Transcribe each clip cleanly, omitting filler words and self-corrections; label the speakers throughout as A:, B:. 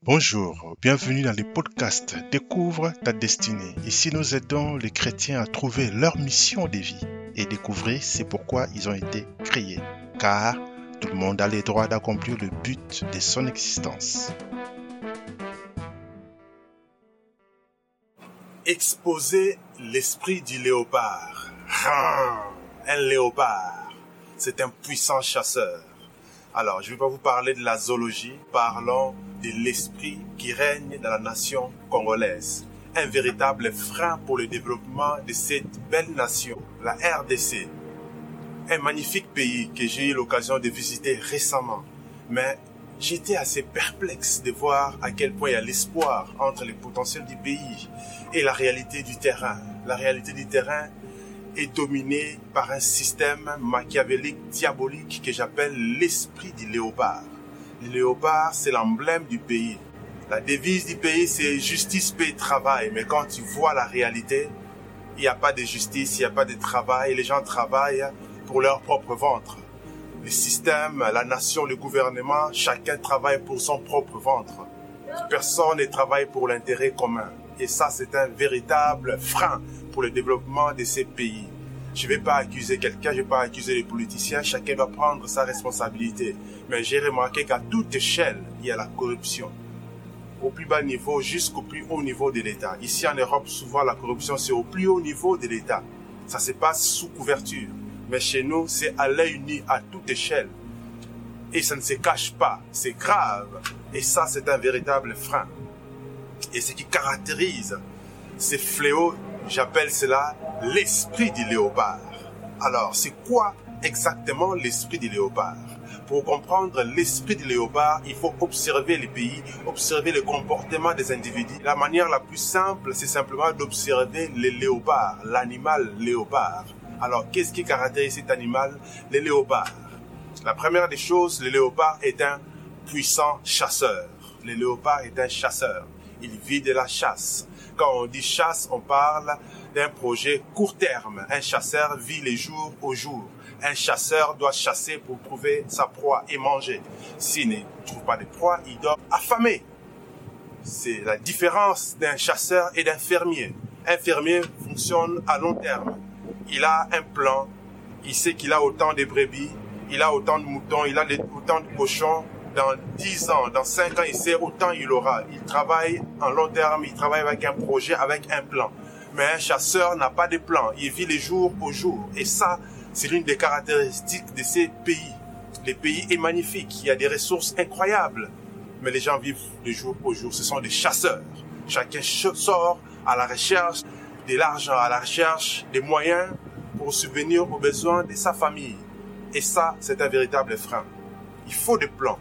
A: Bonjour, bienvenue dans le podcast Découvre ta destinée. Ici, nous aidons les chrétiens à trouver leur mission de vie et découvrir c'est pourquoi ils ont été créés. Car tout le monde a le droit d'accomplir le but de son existence.
B: Exposer l'esprit du léopard. Un léopard, c'est un puissant chasseur. Alors, je ne vais pas vous parler de la zoologie, parlons de l'esprit qui règne dans la nation congolaise. Un véritable frein pour le développement de cette belle nation, la RDC. Un magnifique pays que j'ai eu l'occasion de visiter récemment. Mais j'étais assez perplexe de voir à quel point il y a l'espoir entre le potentiel du pays et la réalité du terrain. La réalité du terrain est dominée par un système machiavélique, diabolique que j'appelle l'esprit du léopard. Le léopard, c'est l'emblème du pays. La devise du pays, c'est justice, paix, travail. Mais quand tu vois la réalité, il n'y a pas de justice, il n'y a pas de travail. Les gens travaillent pour leur propre ventre. Le système, la nation, le gouvernement, chacun travaille pour son propre ventre. Personne ne travaille pour l'intérêt commun. Et ça, c'est un véritable frein pour le développement de ces pays. Je ne vais pas accuser quelqu'un, je ne vais pas accuser les politiciens. Chacun doit prendre sa responsabilité. Mais j'ai remarqué qu'à toute échelle, il y a la corruption. Au plus bas niveau jusqu'au plus haut niveau de l'État. Ici en Europe, souvent la corruption, c'est au plus haut niveau de l'État. Ça se passe sous couverture. Mais chez nous, c'est à l'œil nu, à toute échelle. Et ça ne se cache pas. C'est grave. Et ça, c'est un véritable frein. Et ce qui caractérise ces fléaux, j'appelle cela l'esprit du léopard. Alors, c'est quoi exactement l'esprit du léopard? Pour comprendre l'esprit du léopard, il faut observer les pays, observer le comportement des individus. La manière la plus simple, c'est simplement d'observer le léopard, l'animal léopard. Alors, qu'est-ce qui caractérise cet animal, le léopard? La première des choses, le léopard est un puissant chasseur. Le léopard est un chasseur. Il vit de la chasse. Quand on dit chasse, on parle d'un projet court terme. Un chasseur vit les jours au jour. Un chasseur doit chasser pour trouver sa proie et manger. S'il ne trouve pas de proie, il doit affamer. C'est la différence d'un chasseur et d'un fermier. Un fermier fonctionne à long terme. Il a un plan. Il sait qu'il a autant de brebis, il a autant de moutons, il a autant de cochons. Dans 10 ans, dans 5 ans, il sait autant il aura. Il travaille en long terme, il travaille avec un projet, avec un plan. Mais un chasseur n'a pas de plan. Il vit les jours au jour. Et ça, c'est l'une des caractéristiques de ces pays. Le pays est magnifique. Il y a des ressources incroyables. Mais les gens vivent de jour au jour. Ce sont des chasseurs. Chacun sort à la recherche de l'argent, à la recherche des moyens pour subvenir aux besoins de sa famille. Et ça, c'est un véritable frein. Il faut des plans.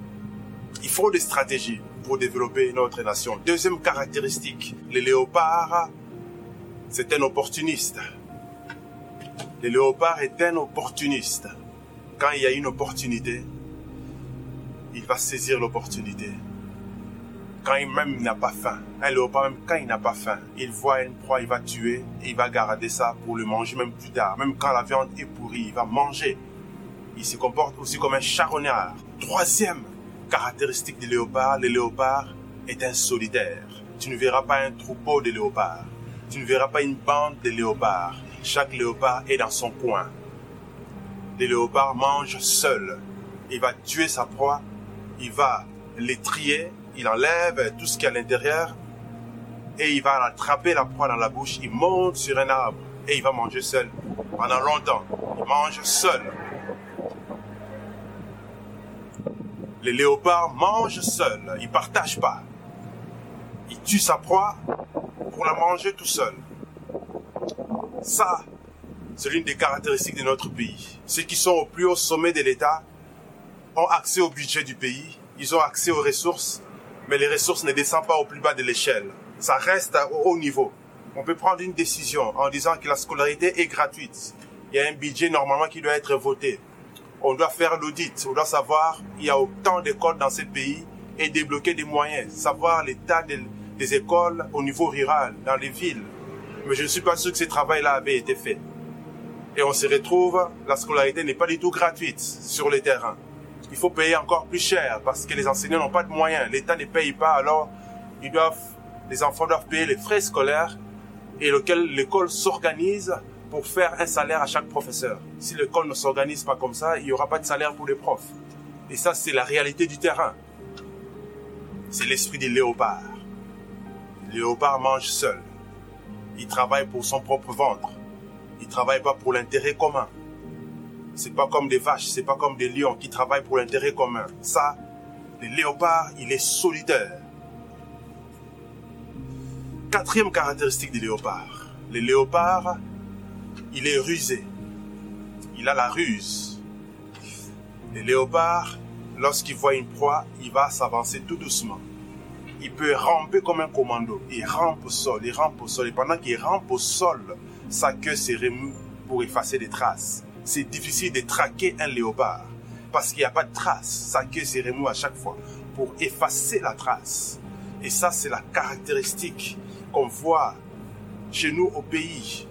B: Il faut des stratégies pour développer notre nation. Deuxième caractéristique, le léopard, c'est un opportuniste. Le léopard est un opportuniste. Quand il y a une opportunité, il va saisir l'opportunité. Quand même il n'a pas faim, un léopard, même quand il n'a pas faim, il voit une proie, il va tuer et il va garder ça pour le manger même plus tard. Même quand la viande est pourrie, il va manger. Il se comporte aussi comme un charognard. Troisième caractéristique du léopard, le léopard est un solidaire. Tu ne verras pas un troupeau de léopards. Tu ne verras pas une bande de léopards. Chaque léopard est dans son coin. Le léopard mange seul. Il va tuer sa proie, il va l'étriller, il enlève tout ce qu'il y a à l'intérieur et il va attraper la proie dans la bouche. Il monte sur un arbre et il va manger seul pendant longtemps. Il mange seul. Le léopard mange seul, il ne partage pas. Il tue sa proie pour la manger tout seul. Ça, c'est l'une des caractéristiques de notre pays. Ceux qui sont au plus haut sommet de l'État ont accès au budget du pays, ils ont accès aux ressources, mais les ressources ne descendent pas au plus bas de l'échelle. Ça reste au haut niveau. On peut prendre une décision en disant que la scolarité est gratuite. Il y a un budget normalement qui doit être voté. On doit faire l'audit, on doit savoir il y a autant d'écoles dans ces pays et débloquer des moyens, savoir l'état des écoles au niveau rural, dans les villes. Mais je ne suis pas sûr que ce travail-là avait été fait. Et on se retrouve, la scolarité n'est pas du tout gratuite sur le terrain. Il faut payer encore plus cher parce que les enseignants n'ont pas de moyens. L'État ne paye pas, alors les enfants doivent payer les frais scolaires et l'école s'organise pour faire un salaire à chaque professeur. Si l'école ne s'organise pas comme ça, il n'y aura pas de salaire pour les profs. Et ça, c'est la réalité du terrain. C'est l'esprit du léopard. Le léopard mange seul. Il travaille pour son propre ventre. Il ne travaille pas pour l'intérêt commun. C'est pas comme des vaches, c'est pas comme des lions qui travaillent pour l'intérêt commun. Ça, le léopard, il est solitaire. Quatrième caractéristique du léopard. Le léopard, il est rusé. Il a la ruse. Le léopard, lorsqu'il voit une proie, il va s'avancer tout doucement. Il peut ramper comme un commando. Il rampe au sol, il rampe au sol. Et pendant qu'il rampe au sol, sa queue se remue pour effacer des traces. C'est difficile de traquer un léopard parce qu'il n'y a pas de trace. Sa queue se remue à chaque fois pour effacer la trace. Et ça, c'est la caractéristique qu'on voit chez nous au pays.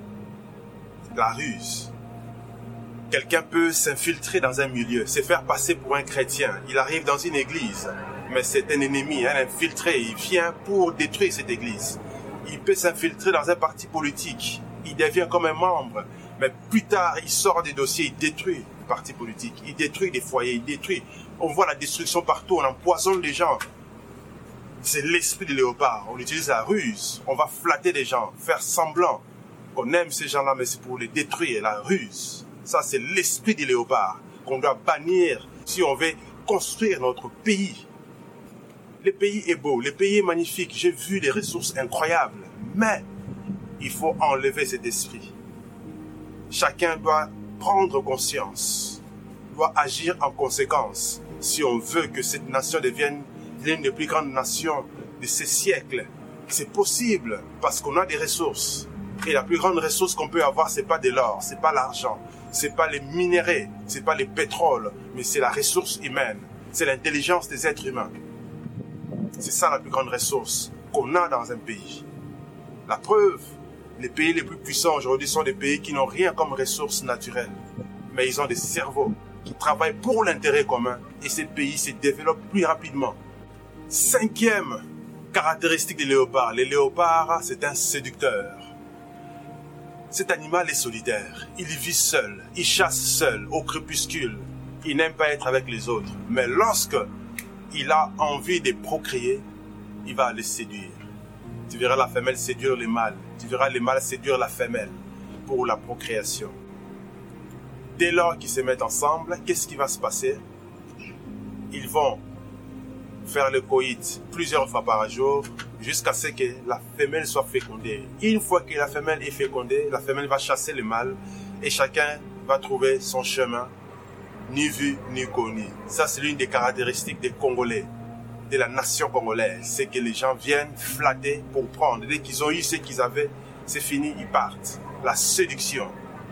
B: La ruse. Quelqu'un peut s'infiltrer dans un milieu, se faire passer pour un chrétien. Il arrive dans une église, mais c'est un ennemi, un infiltré. Il vient pour détruire cette église. Il peut s'infiltrer dans un parti politique. Il devient comme un membre. Mais plus tard, il sort des dossiers, il détruit le parti politique. Il détruit des foyers, il détruit. On voit la destruction partout, on empoisonne les gens. C'est l'esprit du léopard. On utilise la ruse. On va flatter les gens, faire semblant qu'on aime ces gens-là, mais c'est pour les détruire. La ruse. Ça, c'est l'esprit du léopard qu'on doit bannir si on veut construire notre pays. Le pays est beau, le pays est magnifique. J'ai vu des ressources incroyables. Mais il faut enlever cet esprit. Chacun doit prendre conscience, doit agir en conséquence si on veut que cette nation devienne l'une des plus grandes nations de ces siècles. C'est possible parce qu'on a des ressources. Et la plus grande ressource qu'on peut avoir, c'est pas de l'or, c'est pas l'argent, c'est pas les minéraux, c'est pas les pétroles, mais c'est la ressource humaine, c'est l'intelligence des êtres humains. C'est ça la plus grande ressource qu'on a dans un pays. La preuve, les pays les plus puissants aujourd'hui sont des pays qui n'ont rien comme ressources naturelles, mais ils ont des cerveaux qui travaillent pour l'intérêt commun et ces pays se développent plus rapidement. Cinquième caractéristique des léopards. Les léopards, c'est un séducteur. Cet animal est solitaire. Il vit seul. Il chasse seul, au crépuscule. Il n'aime pas être avec les autres. Mais lorsque il a envie de procréer, il va les séduire. Tu verras la femelle séduire les mâles. Tu verras les mâles séduire la femelle pour la procréation. Dès lors qu'ils se mettent ensemble, qu'est-ce qui va se passer? Ils vont faire le coït plusieurs fois par jour jusqu'à ce que la femelle soit fécondée. Une fois que la femelle est fécondée, la femelle va chasser le mâle et chacun va trouver son chemin, ni vu ni connu. Ça, c'est l'une des caractéristiques des Congolais, de la nation congolaise. C'est que les gens viennent flatter pour prendre. Dès qu'ils ont eu ce qu'ils avaient, c'est fini, ils partent. La séduction.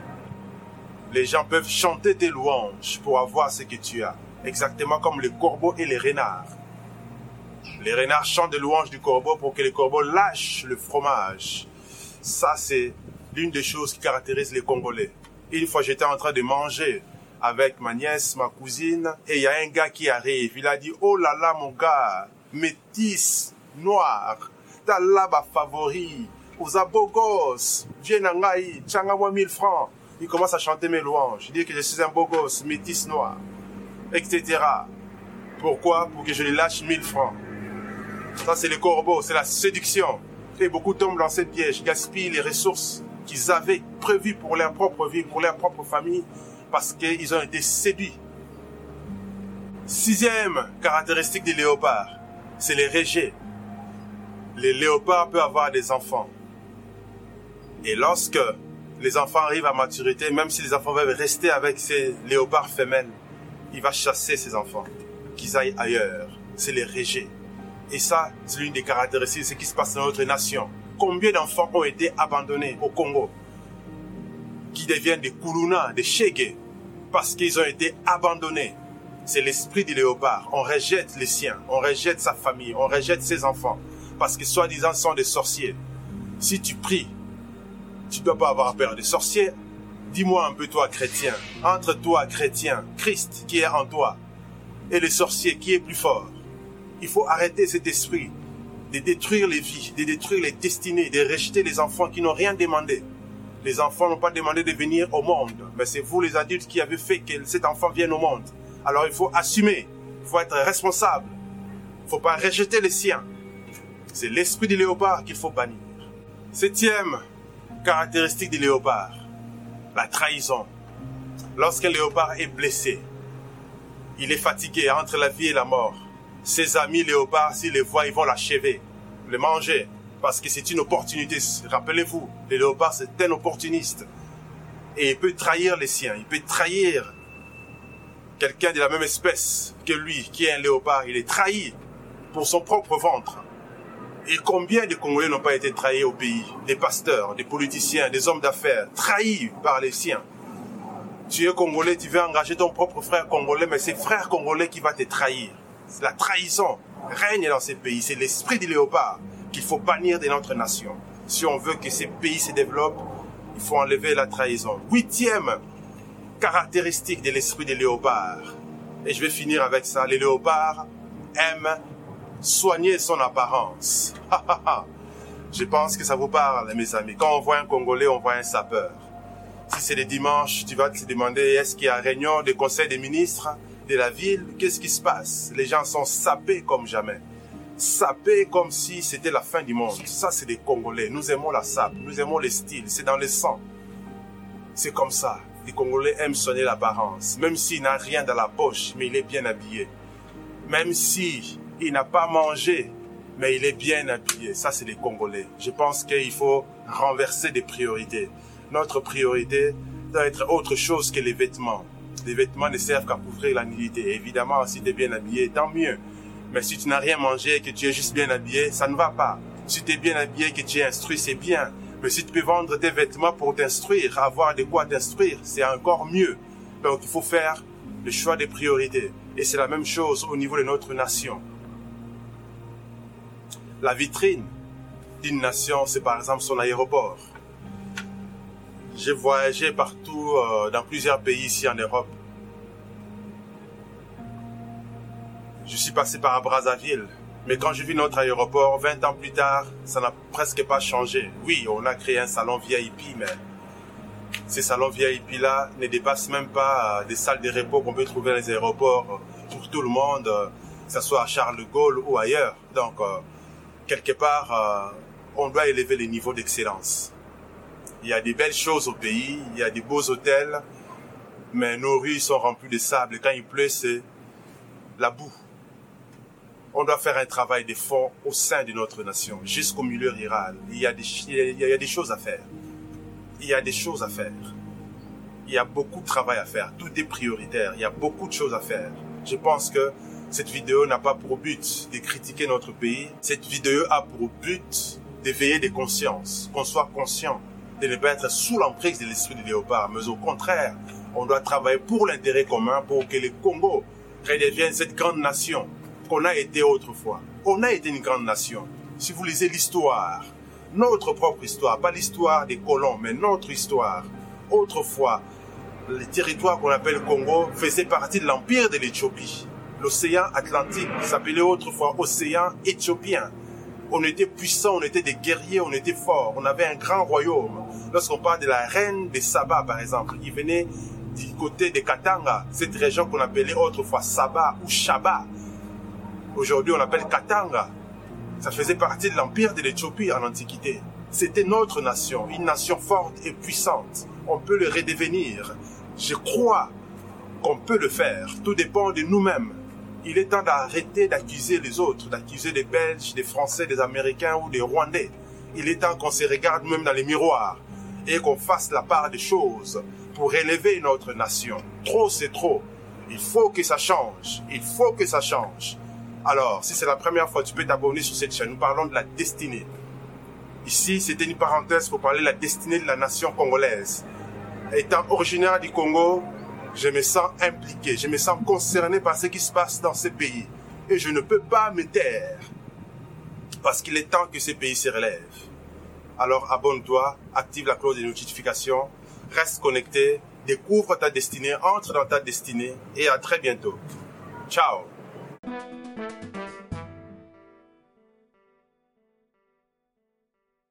B: Les gens peuvent chanter tes louanges pour avoir ce que tu as. Exactement comme les corbeaux et les renards. Les renards chantent des louanges du corbeau pour que les corbeaux lâchent le fromage. Ça, c'est l'une des choses qui caractérisent les Congolais. Une fois, j'étais en train de manger avec ma nièce, ma cousine, et il y a un gars qui arrive. Il a dit, oh là là, mon gars, métis, noir, t'as là-bas favori, aux beau gosse, viens nangaï, tchanga-moi 1000 francs. Il commence à chanter mes louanges. Il dit que je suis un beau gosse, métis noir, etc. Pourquoi? Pour que je lui lâche 1000 francs. Ça, c'est le corbeau, c'est la séduction. Et beaucoup tombent dans cette piège, gaspillent les ressources qu'ils avaient prévues pour leur propre vie, pour leur propre famille, parce qu'ils ont été séduits. Sixième caractéristique des léopards, c'est les rejets. Les léopards peuvent avoir des enfants. Et lorsque les enfants arrivent à maturité, même si les enfants veulent rester avec ces léopards femelles, il va chasser ces enfants, qu'ils aillent ailleurs. C'est les rejets. Et ça, c'est l'une des caractéristiques de ce qui se passe dans notre nation. Combien d'enfants ont été abandonnés au Congo, qui deviennent des Kuluna, des Shege, parce qu'ils ont été abandonnés. C'est l'esprit du léopard. On rejette les siens, on rejette sa famille, on rejette ses enfants, parce que soi-disant sont des sorciers. Si tu pries, tu ne dois pas avoir peur des sorciers. Dis-moi un peu, toi, chrétien, entre toi, chrétien, Christ qui est en toi, et le sorcier, qui est plus fort? Il faut arrêter cet esprit de détruire les vies, de détruire les destinées, de rejeter les enfants qui n'ont rien demandé. Les enfants n'ont pas demandé de venir au monde, mais c'est vous les adultes qui avez fait que cet enfant vienne au monde. Alors il faut assumer, il faut être responsable, il ne faut pas rejeter les siens. C'est l'esprit du léopard qu'il faut bannir. 7e caractéristique du léopard, la trahison. Lorsqu'un léopard est blessé, il est fatigué entre la vie et la mort. Ses amis léopards, s'ils les voient, ils vont l'achever, le manger, parce que c'est une opportunité. Rappelez-vous, le léopard, c'est un opportuniste. Et il peut trahir les siens, il peut trahir quelqu'un de la même espèce que lui, qui est un léopard. Il est trahi pour son propre ventre. Et combien de Congolais n'ont pas été trahis au pays? Des pasteurs, des politiciens, des hommes d'affaires, trahis par les siens. Tu es Congolais, tu veux engager ton propre frère congolais, mais c'est frère congolais qui va te trahir. La trahison règne dans ces pays. C'est l'esprit du léopard qu'il faut bannir de notre nation. Si on veut que ces pays se développent, il faut enlever la trahison. 8e caractéristique de l'esprit du léopard. Et je vais finir avec ça. Le léopard aime soigner son apparence. Je pense que ça vous parle, mes amis. Quand on voit un Congolais, on voit un sapeur. Si c'est le dimanche, tu vas te demander, est-ce qu'il y a réunion du conseil des ministres de la ville? Qu'est-ce qui se passe? Les gens sont sapés comme jamais. Sapés comme si c'était la fin du monde. Ça, c'est des Congolais. Nous aimons la sape, nous aimons les styles. C'est dans le sang. C'est comme ça. Les Congolais aiment soigner l'apparence. Même s'il n'a rien dans la poche, mais il est bien habillé. Même si il n'a pas mangé, mais il est bien habillé. Ça, c'est les Congolais. Je pense qu'il faut renverser des priorités. Notre priorité doit être autre chose que les vêtements. Les vêtements ne servent qu'à couvrir la nudité. Évidemment, si tu es bien habillé, tant mieux. Mais si tu n'as rien mangé et que tu es juste bien habillé, ça ne va pas. Si tu es bien habillé et que tu es instruit, c'est bien. Mais si tu peux vendre tes vêtements pour t'instruire, avoir de quoi t'instruire, c'est encore mieux. Donc, il faut faire le choix des priorités. Et c'est la même chose au niveau de notre nation. La vitrine d'une nation, c'est par exemple son aéroport. J'ai voyagé partout dans plusieurs pays ici en Europe. Je suis passé par Brazzaville. Mais quand je vis notre aéroport, 20 ans plus tard, ça n'a presque pas changé. Oui, on a créé un salon VIP, mais ces salons VIP-là ne dépassent même pas des salles de repos qu'on peut trouver dans les aéroports pour tout le monde, que ce soit à Charles de Gaulle ou ailleurs. Donc, quelque part, on doit élever les niveaux d'excellence. Il y a des belles choses au pays, il y a des beaux hôtels, mais nos rues sont remplies de sable. Et quand il pleut, c'est la boue. On doit faire un travail de fond au sein de notre nation, jusqu'au milieu rural. Il y a des choses à faire. Il y a des choses à faire. Il y a beaucoup de travail à faire. Tout est prioritaire. Il y a beaucoup de choses à faire. Je pense que cette vidéo n'a pas pour but de critiquer notre pays. Cette vidéo a pour but d'éveiller des consciences, qu'on soit conscient de ne pas être sous l'emprise de l'esprit du léopard, mais au contraire, on doit travailler pour l'intérêt commun, pour que le Congo redevienne cette grande nation qu'on a été autrefois. On a été une grande nation. Si vous lisez l'histoire, notre propre histoire, pas l'histoire des colons, mais notre histoire. Autrefois, le territoire qu'on appelle Congo faisait partie de l'empire de l'Éthiopie. L'océan Atlantique s'appelait autrefois océan éthiopien. On était puissants, on était des guerriers, on était forts, on avait un grand royaume. Lorsqu'on parle de la reine de Saba, par exemple, il venait du côté de Katanga, cette région qu'on appelait autrefois Saba ou Shaba. Aujourd'hui, on l'appelle Katanga. Ça faisait partie de l'empire de l'Éthiopie en Antiquité. C'était notre nation, une nation forte et puissante. On peut le redevenir. Je crois qu'on peut le faire. Tout dépend de nous-mêmes. Il est temps d'arrêter d'accuser les autres, d'accuser les Belges, des Français, des Américains ou des Rwandais. Il est temps qu'on se regarde même dans les miroirs et qu'on fasse la part des choses pour élever notre nation. Trop, c'est trop. Il faut que ça change. Il faut que ça change. Alors, si c'est la première fois, tu peux t'abonner sur cette chaîne. Nous parlons de la destinée. Ici, c'était une parenthèse pour parler de la destinée de la nation congolaise. Étant originaire du Congo, je me sens impliqué, je me sens concerné par ce qui se passe dans ces pays. Et je ne peux pas me taire. Parce qu'il est temps que ces pays se relèvent. Alors abonne-toi, active la cloche de notification, reste connecté, découvre ta destinée, entre dans ta destinée et à très bientôt. Ciao.